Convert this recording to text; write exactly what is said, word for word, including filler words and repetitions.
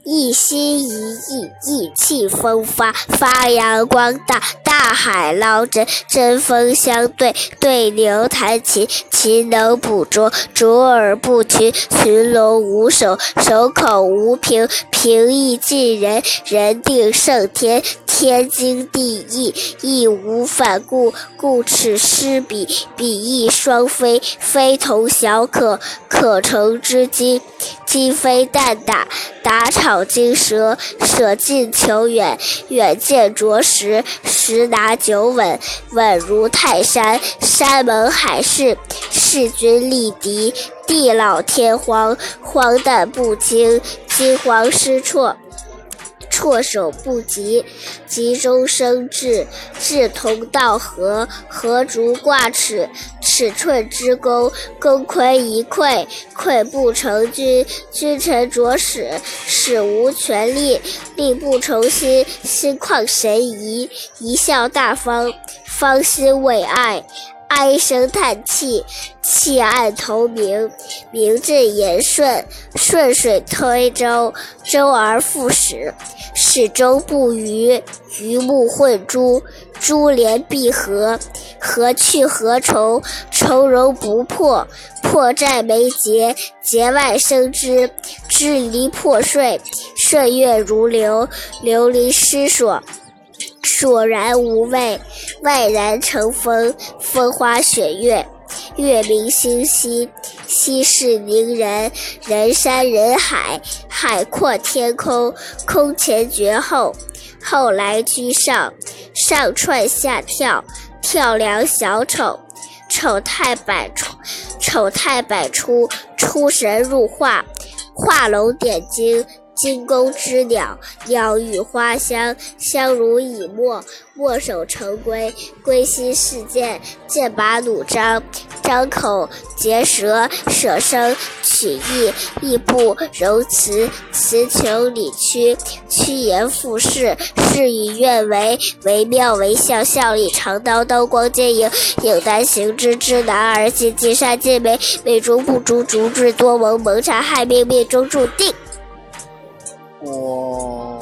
一心一意，意气风发，发扬光大。大海捞针，针锋相对，对牛弹琴，琴能捕捉，卓尔不群，群龙无首，守口无凭，平易近人，人定胜天，天经地义，义无反顾，故此诗比，比翼双飞，非同小可，可成之机，鸡飞蛋打，打草惊蛇，舍近求远，远见着实，十拿九稳，稳如泰山，山盟海誓，势均力敌，地老天荒，荒诞不经，惊慌失措，措手不及，急中生智，志同道合，合竹挂齿，尺寸之功，功亏一篑，溃不成军，君臣佐使，使无全力，力不从心，心旷神怡，贻笑大方，方心未艾，唉声叹气，弃暗投明，名正言顺，顺水推舟，周而复始，始终不渝，鱼目混珠，珠联璧合，何去何从，从容不迫，迫在眉睫，节外生枝，支离破碎，岁月如流，流离失所，索然无味，蔚然成风，风花雪月，月明星稀，息事宁人，人山人海，海阔天空，空前绝后，后来居上，上窜下跳，跳梁小丑，丑态百出，丑态百出，出神入化，画龙点睛，惊弓之鸟，鸟语花香，香如以沫，墨守成规，归心似箭，剑拔弩张，张口结舌，舍生取义，义不容辞，词穷理屈，趋炎附势，事与愿违，惟妙惟肖，效力长刀，刀光剑影，影单行之，知难而进，尽善尽美，美中不足，足智多谋，谋察害命，命中注定。 哇。